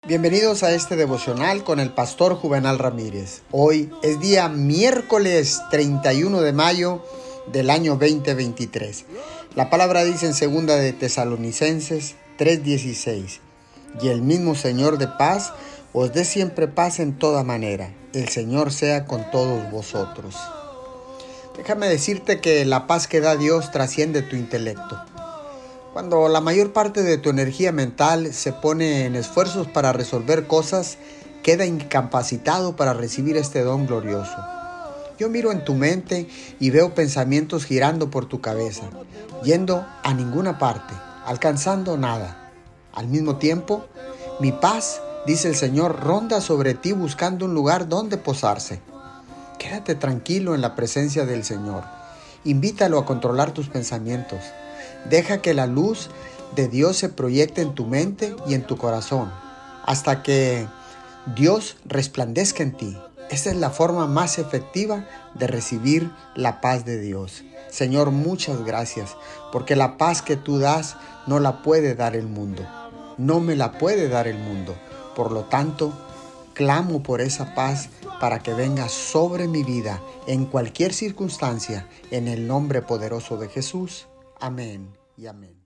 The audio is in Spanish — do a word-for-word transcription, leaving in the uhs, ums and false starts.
Bienvenidos a este devocional con el pastor Juvenal Ramírez. Hoy es día miércoles treinta y uno de mayo del año veinte veintitrés. La palabra dice en segunda de Tesalonicenses tres dieciséis: y el mismo Señor de paz os dé siempre paz en toda manera. El Señor sea con todos vosotros. Déjame decirte que la paz que da Dios trasciende tu intelecto. Cuando la mayor parte de tu energía mental se pone en esfuerzos para resolver cosas, queda incapacitado para recibir este don glorioso. Yo miro en tu mente y veo pensamientos girando por tu cabeza, yendo a ninguna parte, alcanzando nada. Al mismo tiempo, mi paz, dice el Señor, ronda sobre ti buscando un lugar donde posarse. Quédate tranquilo en la presencia del Señor. Invítalo a controlar tus pensamientos. Deja que la luz de Dios se proyecte en tu mente y en tu corazón, hasta que Dios resplandezca en ti. Esta es la forma más efectiva de recibir la paz de Dios. Señor, muchas gracias, porque la paz que tú das no la puede dar el mundo. No me la puede dar el mundo. Por lo tanto, clamo por esa paz para que venga sobre mi vida en cualquier circunstancia, en el nombre poderoso de Jesús. Amén y amén.